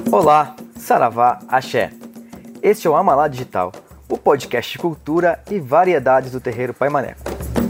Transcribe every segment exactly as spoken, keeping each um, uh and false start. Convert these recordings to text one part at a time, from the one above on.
Olá, Saravá, Axé. Este é o Amalá Digital, o podcast de cultura e variedades do terreiro Pai Maneco.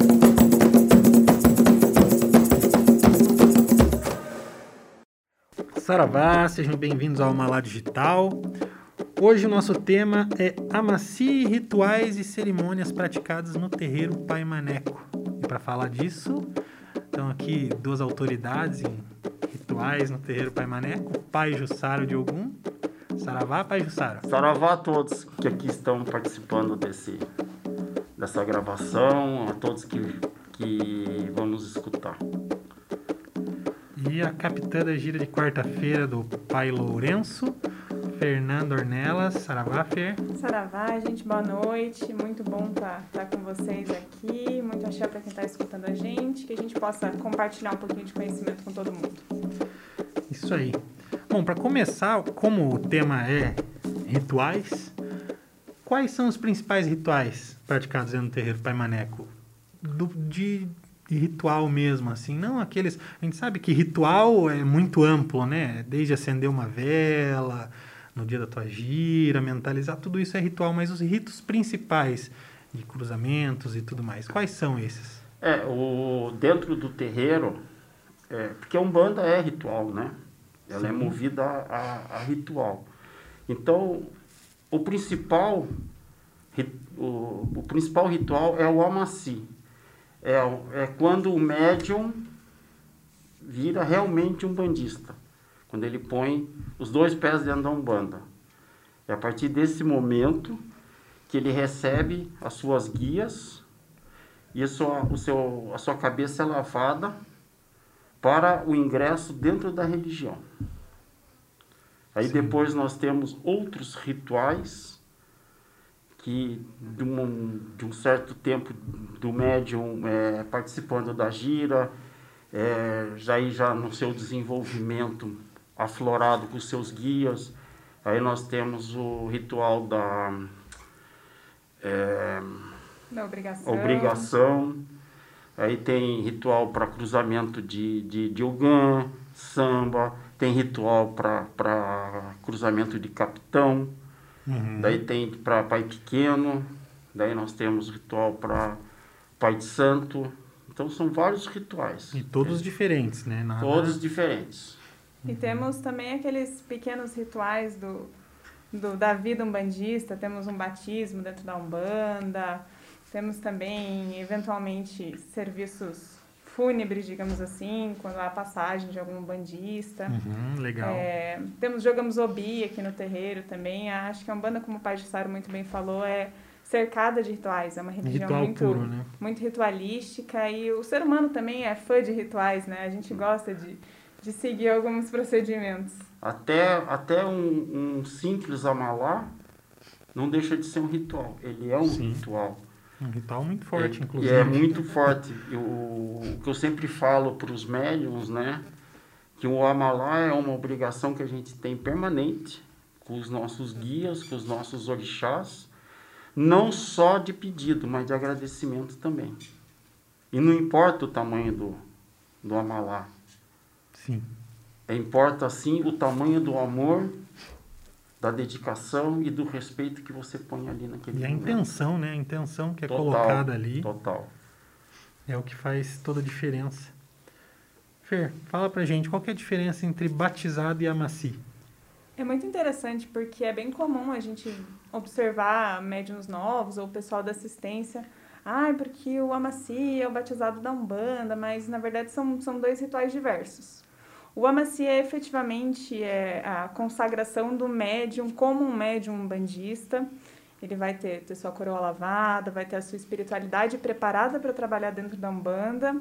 Saravá, sejam bem-vindos ao Amalá Digital. Hoje o nosso tema é Amaci, rituais e cerimônias praticadas no terreiro Pai Maneco. E para falar disso, estão aqui duas autoridades em rituais no terreiro Pai Maneco, Pai Jussara de Ogum. Saravá, Pai Jussara. Saravá a todos que aqui estão participando desse, dessa gravação, a todos que, que vão nos escutar. E a capitã da gira de quarta-feira do Pai Lourenço, Fernanda Ornelas. Saravá, Fer. Saravá, gente, boa noite. Muito bom estar tá, tá com vocês aqui. Muito axé para quem está escutando a gente, que a gente possa compartilhar um pouquinho de conhecimento com todo mundo. Isso aí. Bom, para começar, como o tema é rituais, quais são os principais rituais praticados no terreiro Pai Maneco? Do, de, de ritual mesmo, assim, não aqueles... A gente sabe que ritual é muito amplo, né? Desde acender uma vela, no dia da tua gira, mentalizar, tudo isso é ritual, mas os ritos principais de cruzamentos e tudo mais, quais são esses? É, o, dentro do terreiro, é, porque a Umbanda é ritual, né? Ela Sim. é movida a, a, a ritual. Então, o principal, o, o principal ritual é o Amaci. É, é quando o médium vira realmente um bandista. Quando ele põe os dois pés dentro da Umbanda. É a partir desse momento que ele recebe as suas guias e a sua, o seu, a sua cabeça é lavada para o ingresso dentro da religião. Aí Sim. depois nós temos outros rituais que de um, de um certo tempo do médium é, participando da gira, é, já, já no seu desenvolvimento aflorado com seus guias. Aí nós temos o ritual da, é, da obrigação. obrigação. Aí tem ritual para cruzamento de, de, de ogã, samba, tem ritual para cruzamento de capitão, uhum. Daí tem para pai pequeno, daí nós temos ritual para pai de santo. Então são vários rituais. E todos é. diferentes, né? Nada... Todos diferentes. E temos também aqueles pequenos rituais do, do, da vida umbandista, temos um batismo dentro da Umbanda... Temos também, eventualmente, serviços fúnebres, digamos assim, quando há passagem de algum umbandista. Uhum, legal. É, temos, jogamos obi aqui no terreiro também. Acho que a Umbanda, como o Pai Jussara muito bem falou, é cercada de rituais. É uma religião Ritual muito, puro, né? muito ritualística. E o ser humano também é fã de rituais, né? A gente gosta de, de seguir alguns procedimentos. Até, até um, um simples amalá não deixa de ser um ritual. Ele é um Sim. ritual. Um ritual muito forte, é, inclusive. É muito forte. Eu, o que eu sempre falo para os médiums, né? Que o Amalá é uma obrigação que a gente tem permanente com os nossos guias, com os nossos orixás. Não só de pedido, mas de agradecimento também. E não importa o tamanho do, do Amalá. Sim. É, importa, sim, o tamanho do amor, da dedicação e do respeito que você põe ali naquele E a momento. intenção, né? A intenção que é total, colocada ali. Total. É o que faz toda a diferença. Fer, fala pra gente, qual que é a diferença entre batizado e amaci? É muito interessante porque é bem comum a gente observar médiuns novos ou o pessoal da assistência. Ah, porque o amaci é o batizado da Umbanda, mas na verdade são, são dois rituais diversos. O Amaci é efetivamente é, a consagração do médium como um médium umbandista. Ele vai ter, ter sua coroa lavada, vai ter a sua espiritualidade preparada para trabalhar dentro da Umbanda.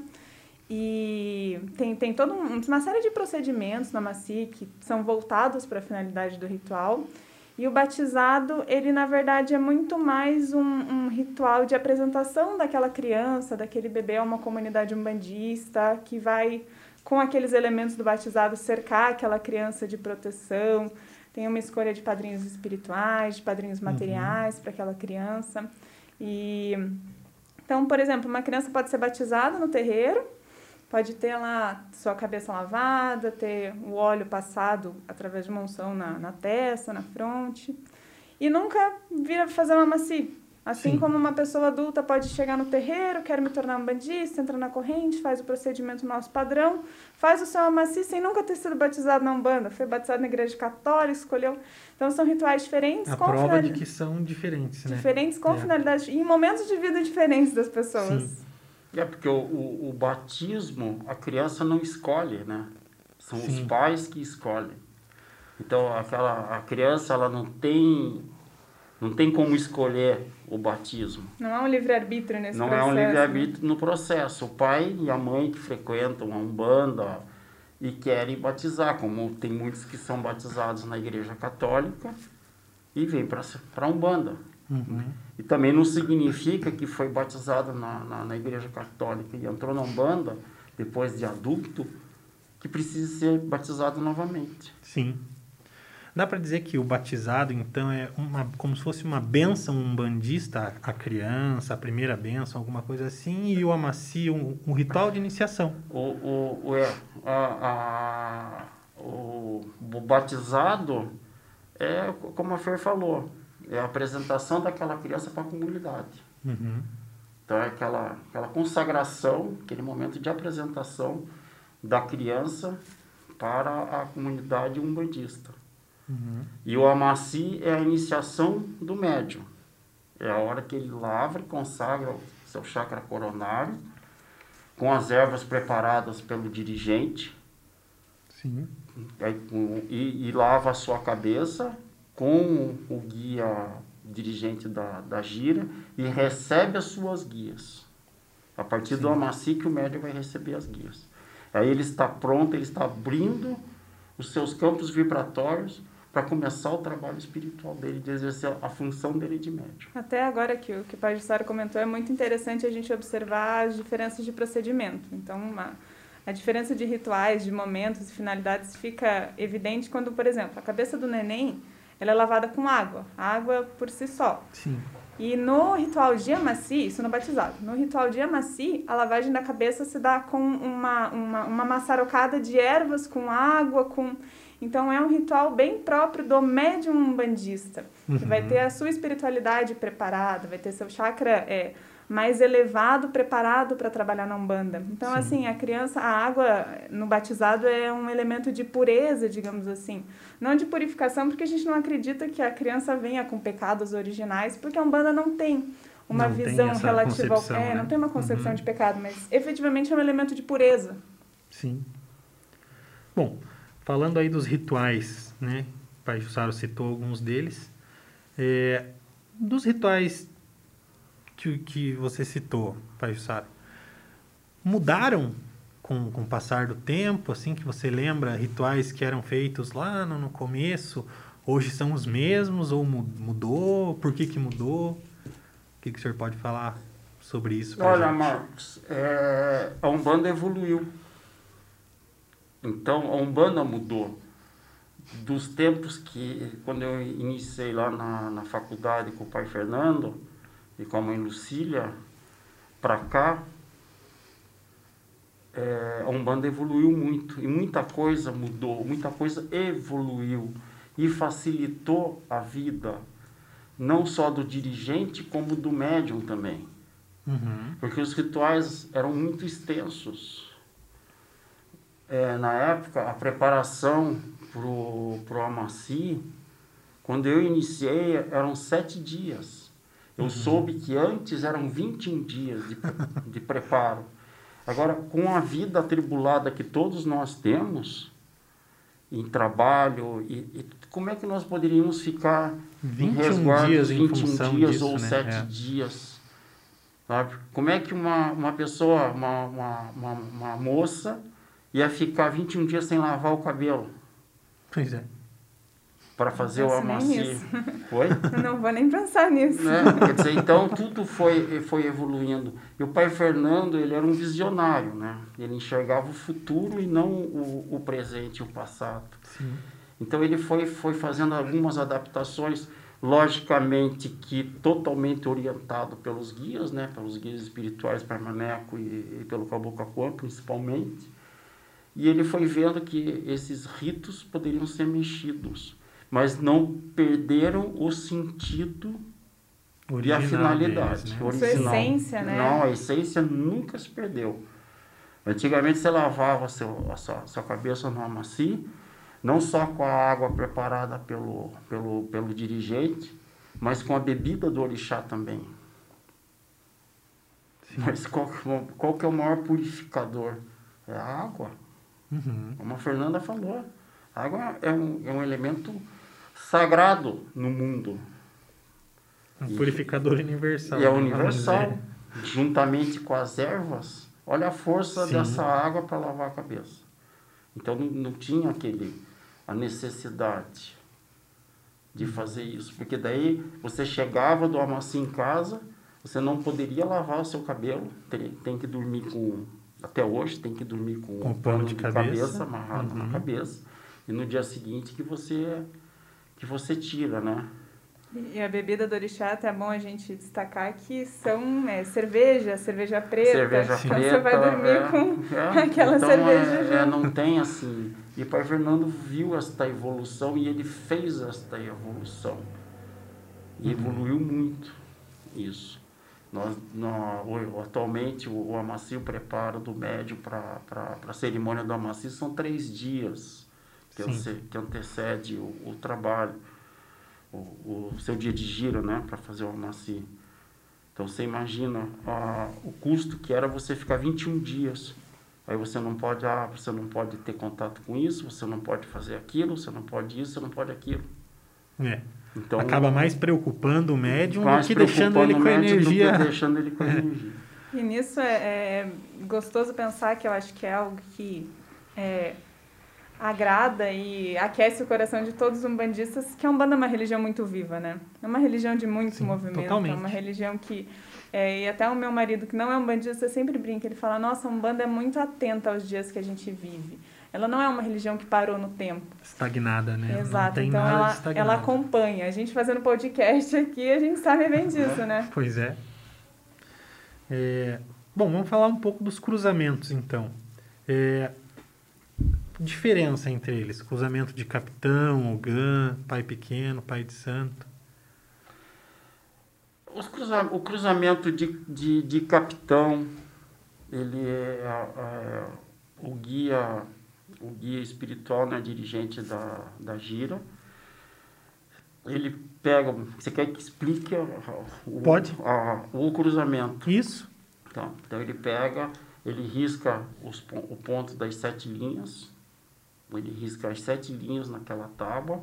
E tem, tem toda um, uma série de procedimentos no Amaci que são voltados para a finalidade do ritual. E o batizado, ele na verdade é muito mais um, um ritual de apresentação daquela criança, daquele bebê a uma comunidade umbandista, que vai, com aqueles elementos do batizado, cercar aquela criança de proteção. Tem uma escolha de padrinhos espirituais, de padrinhos materiais uhum. para aquela criança. E, então, por exemplo, uma criança pode ser batizada no terreiro, pode ter lá sua cabeça lavada, ter o óleo passado através de uma unção na, na testa, na fronte, e nunca vir a fazer uma maci. Assim Sim. como uma pessoa adulta pode chegar no terreiro, quer me tornar um bandista, entra na corrente, faz o procedimento nosso padrão, faz o seu amaci sem nunca ter sido batizado na Umbanda, foi batizado na igreja católica, escolheu... Então são rituais diferentes. A com prova finali... de que são diferentes, né? Diferentes com É. finalidades e em momentos de vida diferentes das pessoas. Sim. É porque o, o, o batismo, a criança não escolhe, né? São Sim. os pais que escolhem. Então, aquela, a criança, ela não tem, não tem como escolher o batismo. Não há um livre-arbítrio nesse Não processo. é um né? livre-arbítrio no processo. O pai e a mãe que frequentam a Umbanda e querem batizar, como tem muitos que são batizados na igreja católica e vêm para a Umbanda. Uhum. E também não significa que foi batizado na, na, na igreja católica e entrou na Umbanda, depois de adulto, que precisa ser batizado novamente. Sim. Dá para dizer que o batizado, então, é uma, como se fosse uma bênção umbandista, a criança, a primeira bênção, alguma coisa assim, e o amaci, um, um ritual de iniciação. O, o, o, é, a, a, o, o batizado é, como a Fer falou, é a apresentação daquela criança para a comunidade. Uhum. Então, é aquela, aquela consagração, aquele momento de apresentação da criança para a comunidade umbandista. Uhum. E o amaci é a iniciação do médium. É a hora que ele lavra e consagra o seu chakra coronário com as ervas preparadas pelo dirigente. Sim. Aí, com, e, e lava a sua cabeça com o guia dirigente da, da gira e recebe as suas guias. A partir Sim. do amaci que o médium vai receber as guias. Aí ele está pronto, ele está abrindo os seus campos vibratórios para começar o trabalho espiritual dele, de exercer a função dele de médium. Até agora que o que o Pai Jussara comentou, é muito interessante a gente observar as diferenças de procedimento. Então, uma, a diferença de rituais, de momentos e finalidades fica evidente quando, por exemplo, a cabeça do neném ela é lavada com água, água por si só. Sim. E no ritual de amaci, isso no batizado, no ritual de amaci, a lavagem da cabeça se dá com uma, uma, uma maçarocada de ervas, com água, com... Então, é um ritual bem próprio do médium umbandista, que Uhum. vai ter a sua espiritualidade preparada, vai ter seu chakra é, mais elevado, preparado para trabalhar na Umbanda. Então, Sim. assim, a criança, a água no batizado é um elemento de pureza, digamos assim. Não de purificação, porque a gente não acredita que a criança venha com pecados originais, porque a Umbanda não tem uma Não tem visão essa relativa ao... concepção, É, né? não tem uma concepção Uhum. de pecado, mas efetivamente é um elemento de pureza. Sim. Bom, falando aí dos rituais, né? O Pai Jussara citou alguns deles. É, dos rituais que, que você citou, Pai Jussara, mudaram com, com o passar do tempo, assim, que você lembra rituais que eram feitos lá no, no começo, hoje são os mesmos ou mu- mudou? Por que que mudou? O que, que o senhor pode falar sobre isso pra Olha, gente? Marcos, é, a Umbanda evoluiu. Então, a Umbanda mudou. Dos tempos que, quando eu iniciei lá na, na faculdade com o pai Fernando e com a mãe Lucília, para cá, é, a Umbanda evoluiu muito. E muita coisa mudou, muita coisa evoluiu. E facilitou a vida, não só do dirigente, como do médium também. Uhum. Porque os rituais eram muito extensos. É, na época, a preparação para o amaci, quando eu iniciei, eram sete dias. Eu Uhum. soube que antes eram vinte e um dias de, de preparo. Agora, com a vida atribulada que todos nós temos, em trabalho, e, e como é que nós poderíamos ficar em vinte e um resguardo dias em vinte e um função dias disso, ou né? sete É. dias? Sabe? Como é que uma, uma pessoa, uma, uma, uma, uma moça, ia ficar vinte e um dias sem lavar o cabelo Pois é. para fazer o penso nem amaci? nisso. Foi? Eu não vou nem pensar nisso. Né? Quer dizer, então tudo foi, foi evoluindo. E o pai Fernando, ele era um visionário, né? Ele enxergava o futuro e não o, o presente e o passado. Sim. Então ele foi, foi fazendo algumas adaptações. logicamente que totalmente orientado pelos guias, né, pelos guias espirituais Pai Maneco e, e pelo Caboclo Acuã, principalmente. E ele foi vendo que esses ritos poderiam ser mexidos, mas não perderam o sentido e a finalidade. Deles, né? Original. Sua essência, né? Não, a essência nunca se perdeu. Antigamente você lavava seu, a sua, sua cabeça no amaci, não só com a água preparada pelo, pelo, pelo dirigente, mas com a bebida do orixá também. Sim. Mas qual, qual que é o maior purificador? É a água. Uhum. Como a Fernanda falou, a água é um, é um elemento sagrado no mundo. Um e, purificador universal. E é universal. Juntamente com as ervas, olha a força Sim. dessa água para lavar a cabeça. Então não, não tinha aquele, a necessidade de fazer isso. Porque daí você chegava do amaci em casa, você não poderia lavar o seu cabelo, tem, tem que dormir com... Até hoje tem que dormir com, com um pano de, de cabeça, cabeça amarrado uhum. na cabeça. E no dia seguinte que você, que você tira, né? E a bebida do orixá, até é bom a gente destacar que são é, cerveja, cerveja preta. Cerveja então preta. Você vai dormir é, com é, aquela então cerveja é, junto. É, não tem assim. E o Pai Fernando viu esta evolução e ele fez esta evolução. E uhum. evoluiu muito isso. Nós, nós, atualmente, o, o amaci, o preparo do médium para a cerimônia do amaci são três dias que, ance, que antecede o, o trabalho, o, o seu dia de giro, né, para fazer o amaci. Então, você imagina ah, o custo que era você ficar vinte e um dias. Aí você não pode, ah, você não pode ter contato com isso, você não pode fazer aquilo, você não pode isso, você não pode aquilo. É. Então, acaba mais preocupando o médium do que deixando ele com a energia. Do que deixando ele com a energia. E nisso é, é gostoso pensar que eu acho que é algo que é, agrada e aquece o coração de todos os umbandistas, que a Umbanda é uma religião muito viva, né? É uma religião de muito Sim, movimento, totalmente. É uma religião que... É, e até o meu marido, que não é umbandista, sempre brinca, ele fala, nossa, a Umbanda é muito atenta aos dias que a gente vive. Ela não é uma religião que parou no tempo. Estagnada, né? Exato. Não tem então nada ela, ela acompanha. A gente fazendo podcast aqui, a gente sabe bem disso, né? Pois é. é. Bom, vamos falar um pouco dos cruzamentos, então. É, diferença entre eles. Cruzamento de capitão, ogã, pai pequeno, pai de santo. Os cruza, o cruzamento de, de, de capitão, ele é, é o guia... o guia espiritual, né, dirigente da, da gira, ele pega, você quer que explique o, Pode. A, o cruzamento? Isso. Então, então ele pega, ele risca os, o ponto das sete linhas, ele risca as sete linhas naquela tábua,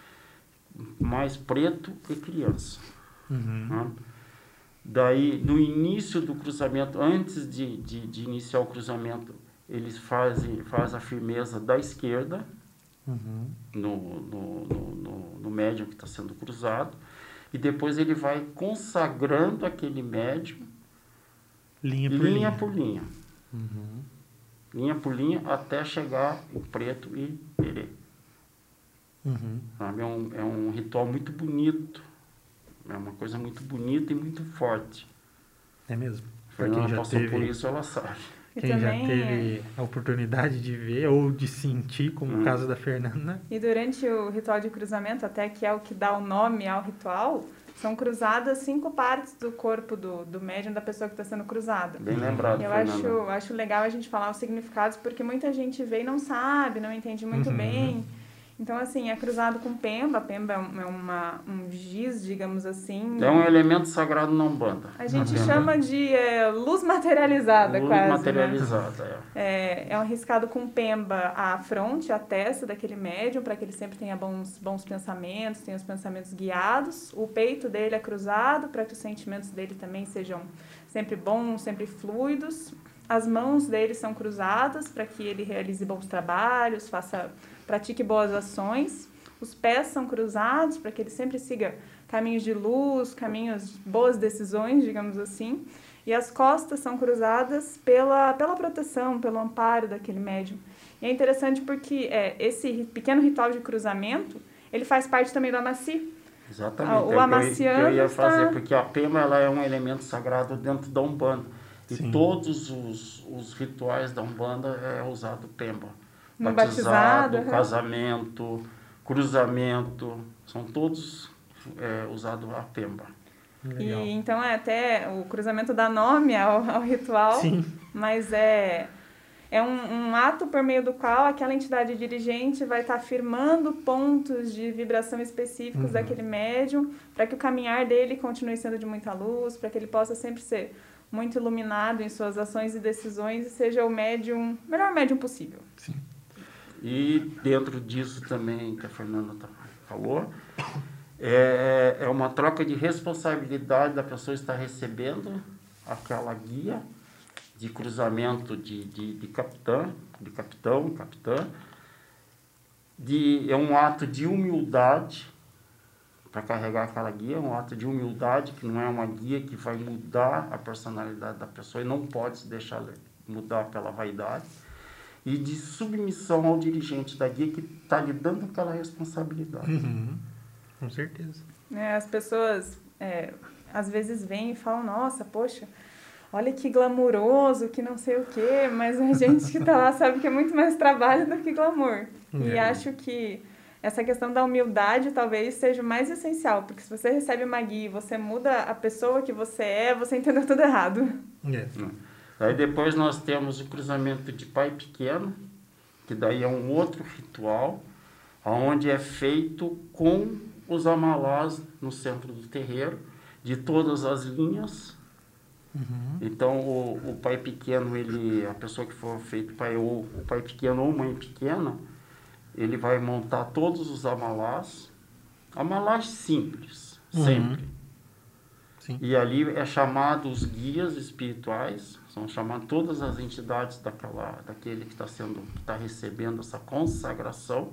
mais preto e criança. Uhum. Né? Daí, no início do cruzamento, antes de, de, de iniciar o cruzamento, eles fazem faz a firmeza da esquerda uhum. no, no, no, no, no médium que está sendo cruzado, e depois ele vai consagrando aquele médium linha por linha. linha, Por linha. Uhum. linha por linha até chegar em preto e perê. Uhum. É, um, é um ritual muito bonito, é uma coisa muito bonita e muito forte. É mesmo. Para quem já passou teve... por isso, ela sabe. Quem já teve a oportunidade de ver ou de sentir, como hum. o caso da Fernanda. E durante o ritual de cruzamento, até que é o que dá o nome ao ritual, são cruzadas cinco partes do corpo do, do médium da pessoa que está sendo cruzada. Bem lembrado, Eu Fernanda. acho, acho legal a gente falar os significados, porque muita gente vê e não sabe, não entende muito uhum. bem. Então, assim, é cruzado com pemba. Pemba é, um, é uma, um giz, digamos assim. É um elemento sagrado na Umbanda. A gente chama de é, luz materializada, luz quase. Luz materializada, né? é. é. É um riscado com pemba à fronte, à testa daquele médium, para que ele sempre tenha bons, bons pensamentos, tenha os pensamentos guiados. O peito dele é cruzado, para que os sentimentos dele também sejam sempre bons, sempre fluidos. As mãos dele são cruzadas, para que ele realize bons trabalhos, faça... pratique boas ações. Os pés são cruzados para que ele sempre siga caminhos de luz, caminhos, boas decisões, digamos assim. E as costas são cruzadas pela, pela proteção, pelo amparo daquele médium. E é interessante porque é, esse pequeno ritual de cruzamento, ele faz parte também do amaci. Exatamente. Ah, o é o amaciando que eu, que eu ia está- fazer, porque a pema ela é um elemento sagrado dentro da Umbanda. E Sim. todos os, os rituais da Umbanda é usado pemba. No Batizado, batizado, aham. casamento, cruzamento, são todos é, usados a pemba. Legal. E então é até o cruzamento dá nome ao, ao ritual, Sim. mas é, é um, um ato por meio do qual aquela entidade dirigente vai estar firmando pontos de vibração específicos Uhum. daquele médium, para que o caminhar dele continue sendo de muita luz, para que ele possa sempre ser muito iluminado em suas ações e decisões e seja o médium, o melhor médium possível. Sim. E dentro disso também, que a Fernanda tá- falou, é, é uma troca de responsabilidade da pessoa estar recebendo aquela guia de cruzamento de, de, de capitão, de capitão, capitã, de, é um ato de humildade para carregar aquela guia, é um ato de humildade, que não é uma guia que vai mudar a personalidade da pessoa e não pode se deixar mudar pela vaidade, e de submissão ao dirigente da guia que está lhe dando aquela responsabilidade. Uhum. Com certeza. Né, as pessoas é, às vezes vêm e falam, nossa, poxa, olha que glamuroso, que não sei o quê, mas a gente que está lá sabe que é muito mais trabalho do que glamour. E É. acho que essa questão da humildade talvez seja o mais essencial, porque se você recebe uma guia e você muda a pessoa que você é, você entendeu tudo errado. É. Aí depois nós temos o cruzamento de pai pequeno, que daí é um outro ritual, onde é feito com os amalás no centro do terreiro, de todas as linhas. Uhum. Então o, o pai pequeno, ele, a pessoa que for feito pai ou o pai pequeno ou mãe pequena, ele vai montar todos os amalás, amalás simples, Uhum. sempre. Sim. E ali é chamado os guias espirituais, são chamadas todas as entidades daquela, daquele que está sendo, que está recebendo essa consagração,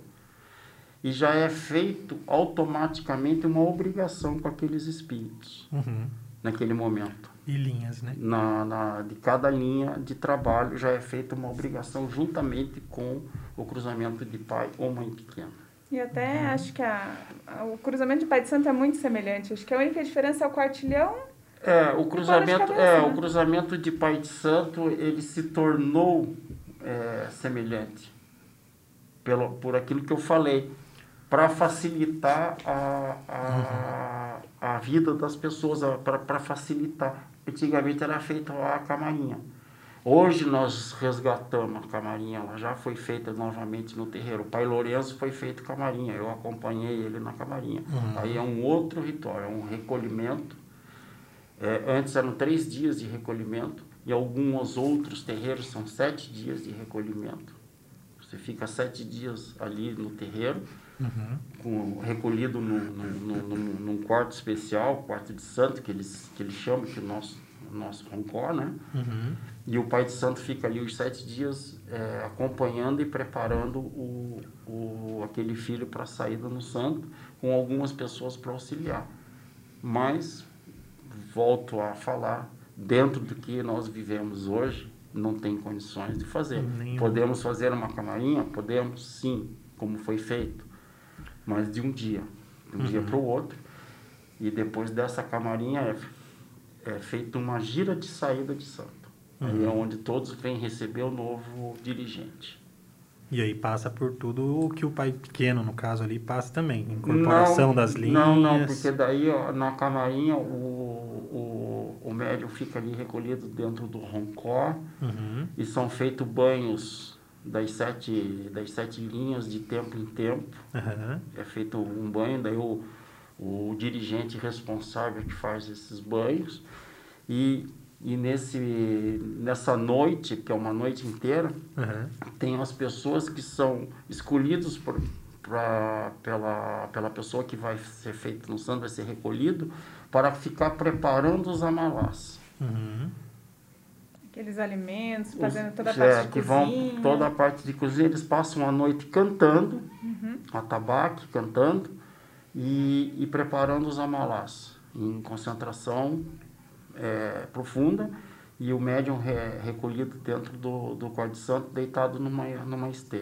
e já é feito automaticamente uma obrigação com aqueles espíritos, Uhum. naquele momento. E linhas, né? Na, na, de cada linha de trabalho já é feita uma obrigação juntamente com o cruzamento de pai ou mãe pequena. E até acho que a, a- o cruzamento de pai de santo é muito semelhante. Acho que a única diferença é o quartilhão. É, o cruzamento, cabeça, é, né? o cruzamento de pai de santo, ele se tornou é, semelhante pelo, por aquilo que eu falei, para facilitar a, a, a vida das pessoas, para facilitar. Antigamente era feita a camarinha. Hoje nós resgatamos a camarinha, ela já foi feita novamente no terreiro. O pai Lourenço foi feito camarinha, eu acompanhei ele na camarinha. Uhum. Aí é um outro ritual, é um recolhimento. É, antes eram três dias de recolhimento, e alguns outros terreiros são sete dias de recolhimento. Você fica sete dias ali no terreiro, Uhum. com, recolhido no, no, no, no, num quarto especial, quarto de santo, que eles, que eles chamam, que é o nosso, nosso roncó, né? Uhum. E o pai de santo fica ali os sete dias é, acompanhando e preparando o, o, aquele filho para a saída no santo, com algumas pessoas para auxiliar. Mas, volto a falar, dentro do que nós vivemos hoje, não tem condições de fazer. Nenhum. Podemos fazer uma camarinha? Podemos, sim, como foi feito, mas de um dia, de um Uhum. dia para o outro. E depois dessa camarinha é, é feita uma gira de saída de santo. Aí é Uhum. onde todos vêm receber o novo dirigente. E aí passa por tudo o que o pai pequeno, no caso ali, passa também. Incorporação Não, das linhas. Não, não, porque daí ó, na camarinha o, o, o médium fica ali recolhido dentro do roncó Uhum. e são feitos banhos das sete, das sete linhas de tempo em tempo. Uhum. É feito um banho, daí o, o dirigente responsável que faz esses banhos. E, e nesse, nessa noite, que é uma noite inteira, Uhum. tem as pessoas que são escolhidas por, pra, pela, pela pessoa que vai ser feito no santo, vai ser recolhido, para ficar preparando os amalás. Uhum. Aqueles alimentos, fazendo toda a Os- parte é, de que cozinha. vão toda a parte de cozinha, eles passam a noite cantando, Uhum. atabaque, cantando e, e preparando os amalás em concentração é, profunda, e o médium re, recolhido dentro do, do quarto de santo, deitado numa, numa esteira.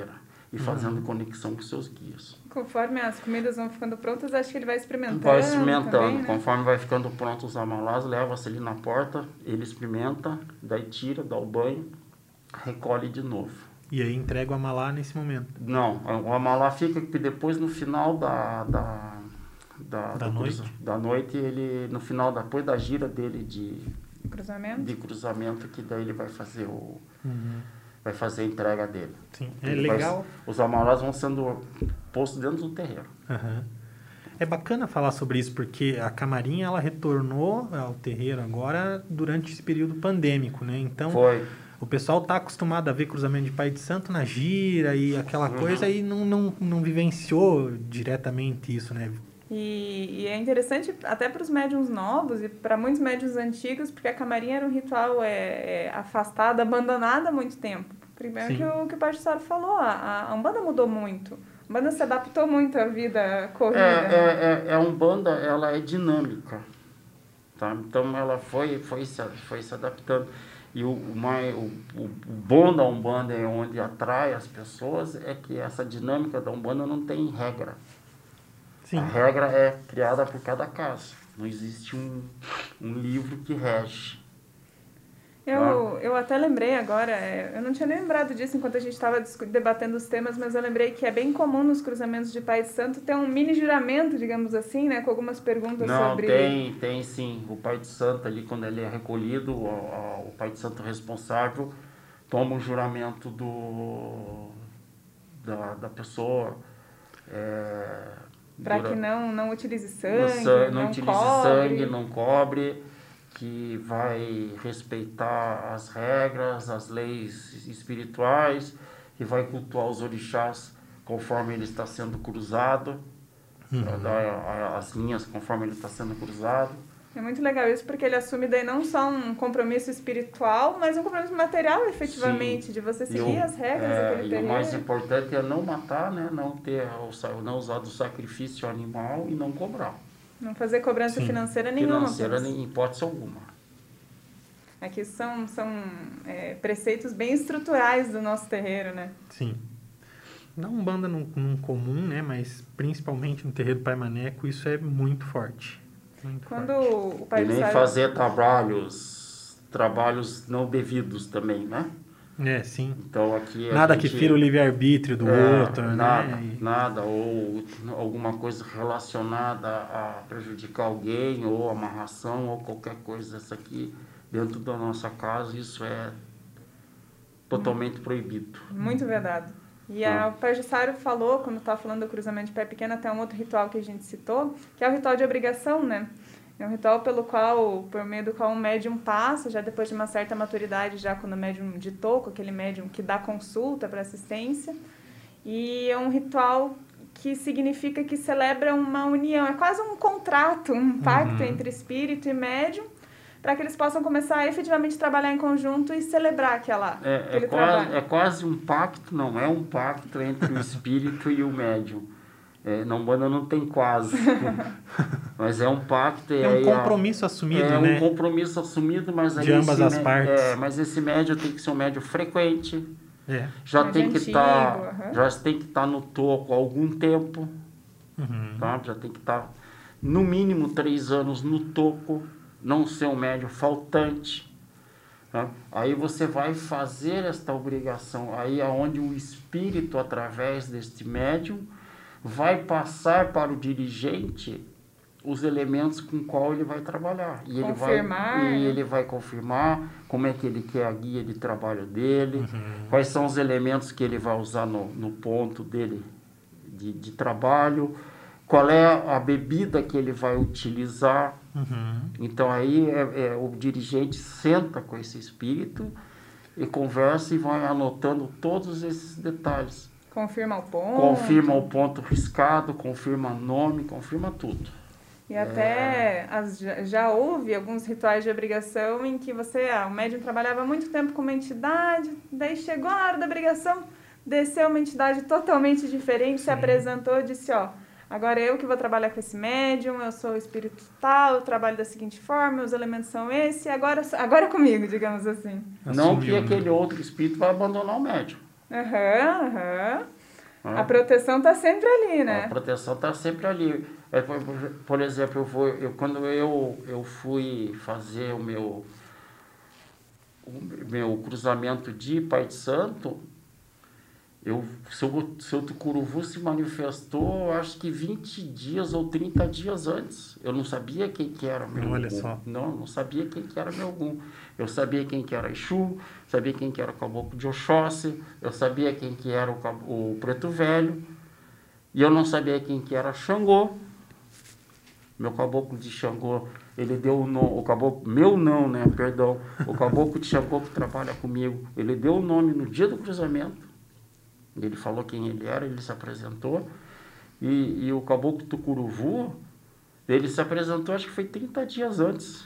e fazendo conexão com seus guias. Conforme as comidas vão ficando prontas, acho que ele vai experimentando. Vai experimentando. Também, né? Conforme vai ficando pronto os amalás, leva-se ali na porta, ele experimenta, daí tira, dá o banho, recolhe de novo. E aí entrega o amalá nesse momento. Não, o amalá fica que depois no final da... da Da, da, do noite. Cruza, da noite, ele, no final, depois da gira dele de cruzamento, de cruzamento que daí ele vai fazer o Uhum. vai fazer a entrega dele. Sim, é Ele legal. Vai, os amalás vão sendo postos dentro do terreiro. Uhum. É bacana falar sobre isso, porque a Camarinha ela retornou ao terreiro agora durante esse período pandêmico, né? Então, Foi. o pessoal está acostumado a ver cruzamento de Pai de Santo na gira e aquela Uhum. coisa e não, não, não vivenciou diretamente isso, né? E, e é interessante até para os médiuns novos e para muitos médiuns antigos, porque a camarinha era um ritual é, é, afastado, abandonado há muito tempo. Primeiro que o, que o Pai Jussara falou, a, a Umbanda mudou muito. A Umbanda se adaptou muito à vida corrida. É, é, é, a Umbanda, ela é dinâmica. Tá? Então, ela foi, foi, se, foi se adaptando. E o, o, mais, o, o bom da Umbanda, é onde atrai as pessoas, é que essa dinâmica da Umbanda não tem regra. Sim. A regra é criada por cada casa. Não existe um, um livro que rege. Eu, eu até lembrei agora, eu não tinha nem lembrado disso enquanto a gente estava debatendo os temas, mas eu lembrei que é bem comum nos cruzamentos de Pai de Santo ter um mini juramento, digamos assim, né? Com algumas perguntas não, sobre... Não, tem, tem sim. O Pai de Santo ali, quando ele é recolhido, o, o Pai de Santo responsável toma o juramento do, da, da pessoa. É, Para que não, não utilize sangue, não, não, não utilize cobre. sangue, não cobre, que vai respeitar as regras, as leis espirituais, que vai cultuar os orixás conforme ele está sendo cruzado, uhum. as linhas conforme ele está sendo cruzado. É muito legal isso, porque ele assume daí não só um compromisso espiritual, mas um compromisso material, efetivamente, Sim. de você seguir o, as regras é, daquele terreiro. E o mais importante é não matar, né? Não ter, não usar do sacrifício animal e não cobrar. Não fazer cobrança Sim. financeira nenhuma. Financeira nem hipótese alguma. Aqui são, são é, preceitos bem estruturais do nosso terreiro, né? Sim. Na Umbanda num, num comum, né? Mas principalmente no terreiro Pai Maneco, isso é muito forte. Muito Quando forte. o Pai e nem Jussara... fazer trabalhos, trabalhos não devidos também, né? É, sim. Então, aqui nada gente, que fira o livre-arbítrio do é, outro, nada, né? E... Nada, ou alguma coisa relacionada a prejudicar alguém, ou amarração, ou qualquer coisa dessa aqui dentro da nossa casa, isso é totalmente hum. proibido. Muito vedado. E a, o Pai Jussara falou, quando estava falando do cruzamento de pé pequeno, até um outro ritual que a gente citou, que é o ritual de obrigação, né? É um ritual pelo qual, por meio do qual um médium passa, já depois de uma certa maturidade, já quando o médium de toco, aquele médium que dá consulta para assistência. E é um ritual que significa que celebra uma união, é quase um contrato, um pacto uhum. entre espírito e médium, para que eles possam começar a efetivamente trabalhar em conjunto e celebrar aquela, é, aquele é trabalho. Quase, é quase um pacto, não é um pacto entre o espírito e o médium. É, na Umbanda não tem quase, mas é um pacto. É um compromisso a, assumido, é né? É um compromisso assumido, mas aí de ambas as médio, partes. É, mas esse médium tem que ser um médium frequente. É. Já, mais tem que antigo, tá, uhum. já tem que estar tá no toco há algum tempo. Uhum. Tá? Já tem que estar, tá, no mínimo, três anos no toco. Não ser um médium faltante. Tá? Aí você vai fazer esta obrigação. Aí é onde o espírito, através deste médium, vai passar para o dirigente os elementos com qual ele vai trabalhar. E ele confirmar. vai, e ele vai confirmar como é que ele quer a guia de trabalho dele, uhum. quais são os elementos que ele vai usar no, no ponto dele de, de trabalho, qual é a bebida que ele vai utilizar. Uhum. Então aí é, é, o dirigente senta com esse espírito e conversa e vai anotando todos esses detalhes. Confirma o ponto. Confirma o ponto riscado, confirma nome, confirma tudo. E até é... as, já, já houve alguns rituais de obrigação em que você, ah, o médium trabalhava muito tempo com uma entidade, daí chegou a hora da obrigação, desceu uma entidade totalmente diferente, Sim. se apresentou e disse, ó, agora eu que vou trabalhar com esse médium, eu sou o espírito tal, eu trabalho da seguinte forma, os elementos são esse, agora, agora é comigo, digamos assim. Não que aquele outro espírito vai abandonar o médium. Aham, uhum, aham. Uhum. Né? A proteção está sempre ali, né? A proteção está sempre ali. É, por, por exemplo, eu vou, eu, quando eu, eu fui fazer o meu, o meu cruzamento de Pai de Santo, eu, seu, seu Tucuruvu se manifestou, acho que vinte dias ou trinta dias antes. Eu não sabia quem que era meu Olha Ogum. só. Não, não sabia quem que era meu Ogum. Eu sabia quem que era Exu, sabia quem que era o Caboclo de Oxóssi, eu sabia quem que era o, cabo- o Preto Velho, e eu não sabia quem que era Xangô. Meu Caboclo de Xangô, ele deu o nome, o caboclo, meu não, né, perdão, o Caboclo de Xangô que trabalha comigo, ele deu o nome no dia do cruzamento. Ele falou quem ele era, ele se apresentou. E, e o Caboclo Tucuruvu, ele se apresentou, acho que foi trinta dias antes.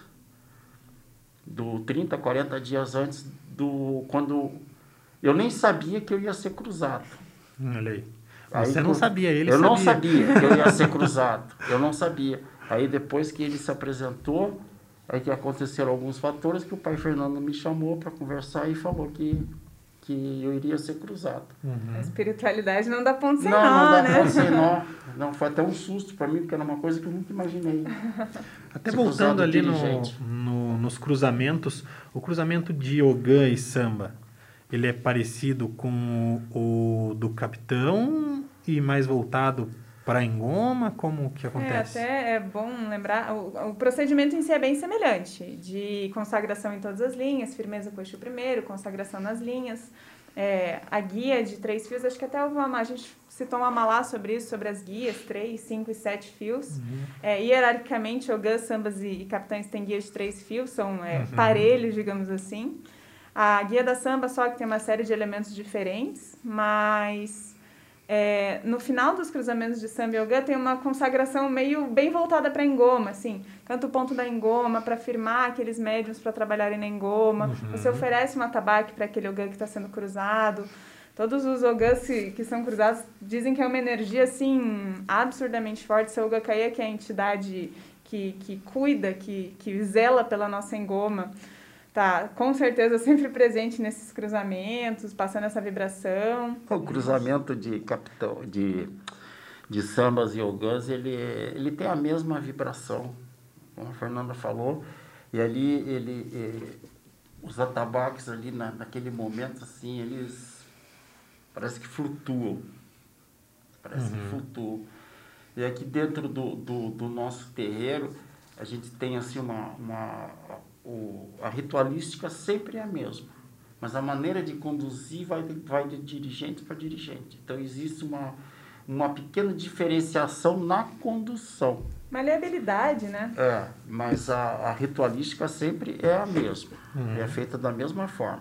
Do trinta, quarenta dias antes do... Quando eu nem sabia que eu ia ser cruzado. Olha aí. Aí, Você não sabia, ele eu sabia. Eu não sabia que eu ia ser cruzado. Eu não sabia. Aí depois que ele se apresentou, aí que aconteceram alguns fatores que o pai Fernando me chamou para conversar e falou que... que eu iria ser cruzado. Uhum. A espiritualidade não dá ponto sem não, nó, não dá né? ponto sem nó. Não, foi até um susto para mim, porque era uma coisa que eu nunca imaginei. Até Ser voltando cruzado ali no, dirigente. no- nos cruzamentos, o cruzamento de Ogã e Samba, ele é parecido com o, o do Capitão e mais voltado para Engoma? Como que É, acontece? até é bom lembrar, o, o procedimento em si é bem semelhante, de consagração em todas as linhas, firmeza com o Exu primeiro, consagração nas linhas, é, a guia de três fios, acho que até uma, a gente citou uma malá sobre isso, sobre as guias, três, cinco e sete fios. Uhum. É, hierarquicamente, Ogã, Sambas e, e Capitães têm guias de três fios, são é, Uhum. parelhos, digamos assim. A guia da Samba só que tem uma série de elementos diferentes, mas... É, no final dos cruzamentos de Samba e Ogã tem uma consagração meio bem voltada para Engoma, assim, canta o ponto da Engoma para firmar aqueles médiuns para trabalharem na Engoma, Uhum. você oferece um atabaque para aquele Ogã que está sendo cruzado. Todos os Ogãs que, que são cruzados dizem que é uma energia assim absurdamente forte. Seu Ogã Caia, que é a entidade que, que cuida, que, que zela pela nossa Engoma, tá com certeza sempre presente nesses cruzamentos, passando essa vibração. O cruzamento de capitão, de, de sambas e ogãs, ele, ele tem a mesma vibração, como a Fernanda falou, e ali ele, ele os atabaques ali na, naquele momento assim, eles parece que flutuam, parece Uhum. que flutuam. E aqui dentro do, do, do nosso terreiro, a gente tem assim uma, uma o, a ritualística sempre é a mesma, mas a maneira de conduzir vai de, vai de dirigente para dirigente. Então existe uma, uma pequena diferenciação na condução. Maleabilidade, né? É, mas a, a ritualística sempre é a mesma, Uhum. é feita da mesma forma.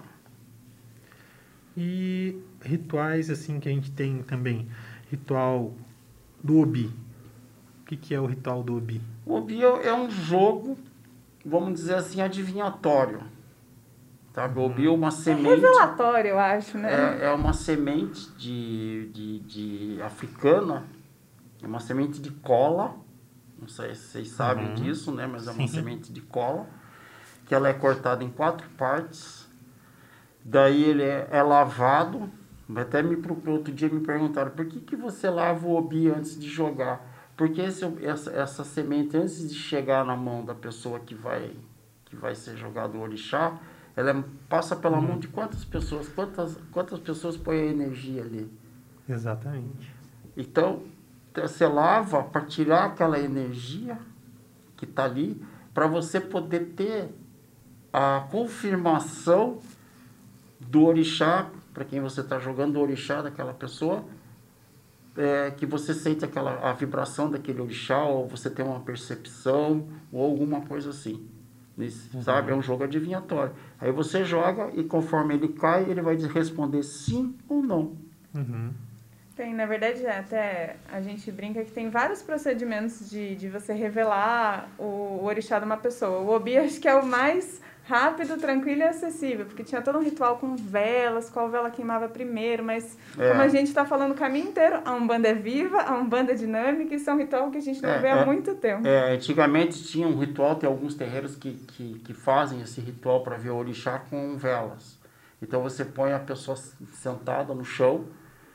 E rituais assim que a gente tem também, ritual do Obi. O que, que é o ritual do Obi? O Obi é um jogo, vamos dizer assim, adivinhatório. Sabe? O Obi é uma É semente. revelatório, eu acho, né? É, é uma semente de, de, de africana, é uma semente de cola. Não sei se vocês sabem Uhum. disso, né? Mas é uma Sim. semente de cola, que ela é cortada em quatro partes. Daí ele é, é lavado. Até me procurou outro dia me perguntaram por que, que você lava o Obi antes de jogar? Porque esse, essa, essa semente, antes de chegar na mão da pessoa que vai, que vai ser jogado o orixá, ela é, passa pela Hum. mão de quantas pessoas? Quantas, quantas pessoas põem a energia ali? Exatamente. Então, você lava para tirar aquela energia que está ali, para você poder ter a confirmação do orixá, para quem você está jogando o orixá daquela pessoa, é, que você sente aquela, a vibração daquele orixá, ou você tem uma percepção, ou alguma coisa assim. Isso, Uhum. sabe? É um jogo adivinhatório. Aí você joga e conforme ele cai, ele vai responder sim ou não. Uhum. Tem, na verdade, até a gente brinca que tem vários procedimentos de, de você revelar o, o orixá de uma pessoa. O Obi acho que é o mais rápido, tranquilo e acessível, porque tinha todo um ritual com velas, qual vela queimava primeiro, mas É. como a gente está falando o caminho inteiro, a Umbanda é viva, a Umbanda é dinâmica, isso é um ritual que a gente não É, vê há é. muito tempo. É, antigamente tinha um ritual, tem alguns terreiros que, que, que fazem esse ritual para ver o orixá com velas. Então você põe a pessoa sentada no chão,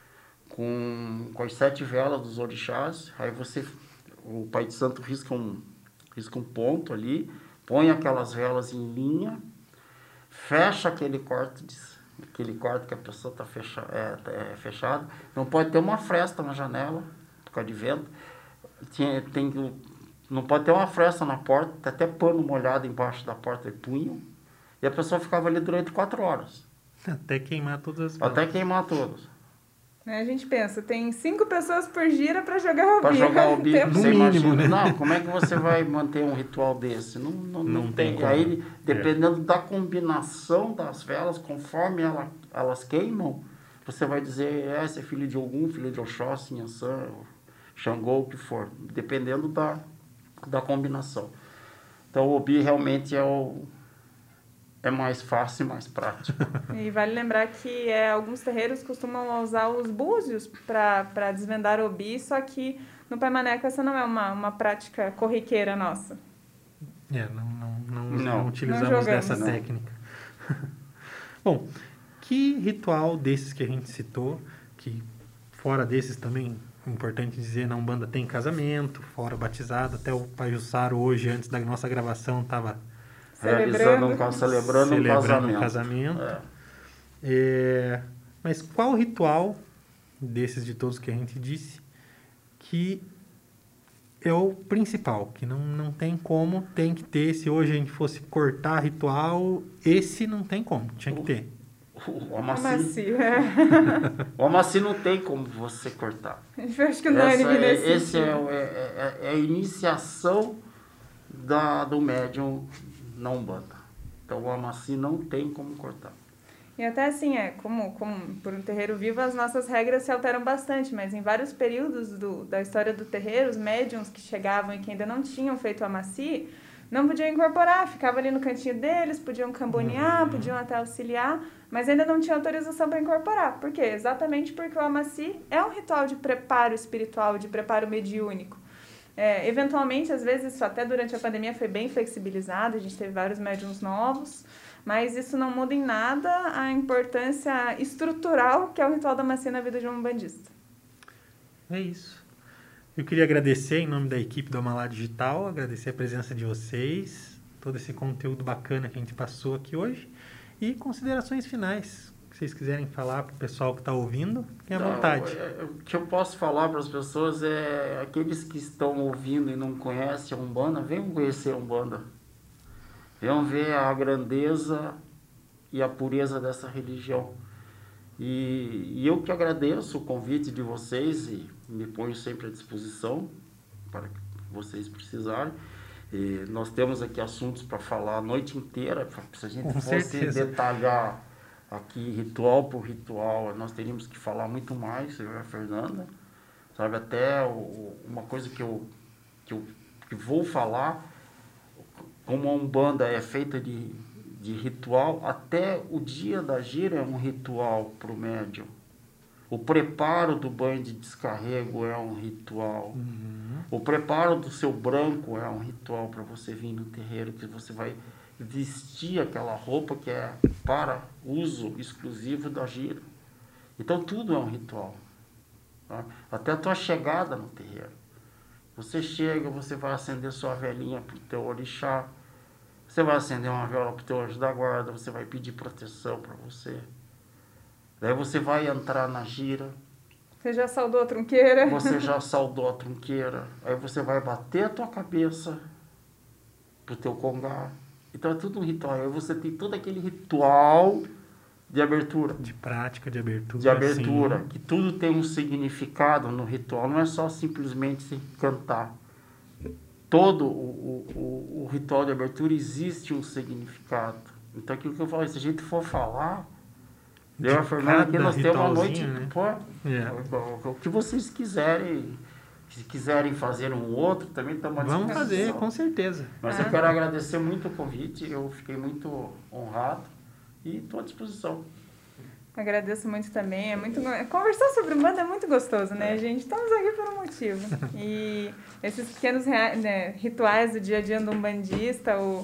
com, com as sete velas dos orixás. Aí você, o pai de santo risca um, risca um ponto ali, põe aquelas velas em linha, fecha aquele quarto, de, aquele quarto que a pessoa está fecha, é, é, fechado. Não pode ter uma fresta na janela, por causa de vento. Tem, tem, não pode ter uma fresta na porta, tem até pano molhado embaixo da porta de punho. E a pessoa ficava ali durante quatro horas. Até queimar todas as velas. Até queimar todas. A gente pensa, tem cinco pessoas por gira para jogar Obi. Para jogar Obi, No você mínimo, imagina. né? Não, como é que você vai manter um ritual desse? Não, não, não, Não tem. tem como. Aí, dependendo é. da combinação das velas, conforme ela, elas queimam, você vai dizer, é, esse é filho de Ogum, filho de Oxóssi, Inhansã, Xangô, o que for. Dependendo da, da combinação. Então, o Obi realmente é o... é mais fácil e mais prático. E vale lembrar que é, alguns terreiros costumam usar os búzios para desvendar Obi, só que no Pai Maneco essa não é uma, uma prática corriqueira nossa. É, não, não, não, Não. não utilizamos Não jogamos, dessa não. técnica. Bom, que ritual desses que a gente citou, que fora desses também, é importante dizer, na Umbanda tem casamento, fora batizado, até o Pai Jussaro hoje, antes da nossa gravação, estava... Realizando um, ca- celebrando, celebrando um casamento. um casamento. É. É, mas qual ritual desses de todos que a gente disse que é o principal, que não, não tem como, tem que ter, se hoje a gente fosse cortar ritual, esse não tem como, tinha que ter. O, o Amaci, Amaci, é. o Amaci não tem como você cortar. Eu acho que unânime Essa é, nesse esse é, sentido. o- é, é, é a iniciação da, do médium na Umbanda. Então o Amaci não tem como cortar. E até assim, é, como, como por um terreiro vivo, as nossas regras se alteram bastante, mas em vários períodos do, da história do terreiro, os médiums que chegavam e que ainda não tinham feito o Amaci, não podiam incorporar, ficavam ali no cantinho deles, podiam cambonear, Uhum. podiam até auxiliar, mas ainda não tinham autorização para incorporar. Por quê? Exatamente porque o Amaci é um ritual de preparo espiritual, de preparo mediúnico. É, eventualmente, às vezes, isso até durante a pandemia foi bem flexibilizado, a gente teve vários médiums novos, mas isso não muda em nada a importância estrutural que é o ritual da Amaci na vida de um umbandista. É isso. Eu queria agradecer em nome da equipe do Amalá Digital, agradecer a presença de vocês, todo esse conteúdo bacana que a gente passou aqui hoje, e considerações finais, que vocês quiserem falar para o pessoal que está ouvindo, fiquem à Então, vontade. é, o que eu posso falar para as pessoas é aqueles que estão ouvindo e não conhecem a Umbanda, venham conhecer a Umbanda. Venham ver a grandeza e a pureza dessa religião. E, e eu que agradeço o convite de vocês e me ponho sempre à disposição para que vocês precisarem. E nós temos aqui assuntos para falar a noite inteira. Se a gente Com fosse certeza. detalhar aqui ritual por ritual, nós teríamos que falar muito mais, eu e a Fernanda. Sabe, até o, uma coisa que eu, que eu que vou falar, como a Umbanda é feita de, de ritual, até o dia da gira é um ritual para o médium. O preparo do banho de descarrego é um ritual. Uhum. O preparo do seu branco é um ritual para você vir no terreiro, que você vai vestir aquela roupa que é para uso exclusivo da gira. Então tudo é um ritual. Tá? Até a tua chegada no terreiro. Você chega, você vai acender sua velinha para o teu orixá, você vai acender uma vela para o teu anjo da guarda, você vai pedir proteção para você. Daí você vai entrar na gira, Você já saudou a trunqueira? você já saudou a trunqueira, aí você vai bater a tua cabeça pro teu congá. Então é tudo um ritual. Aí você tem todo aquele ritual de abertura. De prática, de abertura. De abertura, sim. que tudo tem um significado no ritual, não é só simplesmente cantar. Todo o, o, o, o ritual de abertura existe um significado. Então aquilo que eu falei, se a gente for falar, eu e a Fernanda aqui, nós temos uma noite, ritualzinho, né? pô, É. o, o que vocês quiserem, se quiserem fazer um outro, também estamos à Vamos disposição. fazer, com certeza. Mas É. eu quero agradecer muito o convite, eu fiquei muito honrado e estou à disposição. Agradeço muito também. É muito conversar sobre Umbanda é muito gostoso, né, gente? Estamos aqui por um motivo. E esses pequenos rea- né, rituais do dia a dia do umbandista, o,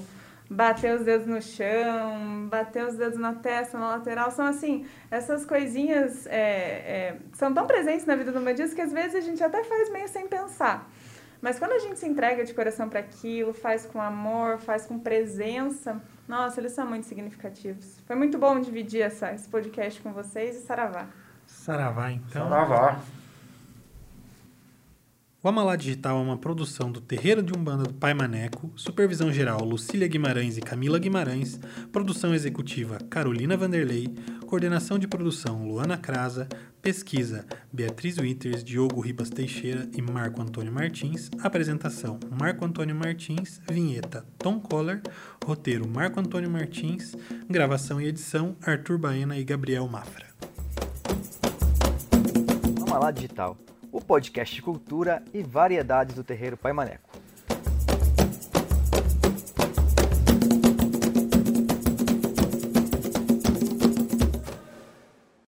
bater os dedos no chão, bater os dedos na testa, na lateral. São assim, essas coisinhas é, é, são tão presentes na vida do bandista que às vezes a gente até faz meio sem pensar. Mas quando a gente se entrega de coração para aquilo, faz com amor, faz com presença, nossa, eles são muito significativos. Foi muito bom dividir essa, esse podcast com vocês e saravá. Saravá, então. Saravá. O Amalá Digital é uma produção do Terreiro de Umbanda do Pai Maneco, supervisão geral Lucília Guimarães e Camila Guimarães, produção executiva Carolina Vanderlei, coordenação de produção Luana Crasa, pesquisa Beatriz Witters, Diogo Ribas Teixeira e Marco Antônio Martins, apresentação Marco Antônio Martins, vinheta Tom Coller, roteiro Marco Antônio Martins, gravação e edição Arthur Baena e Gabriel Mafra. Amalá Digital, o podcast de cultura e variedades do Terreiro Pai Maneco.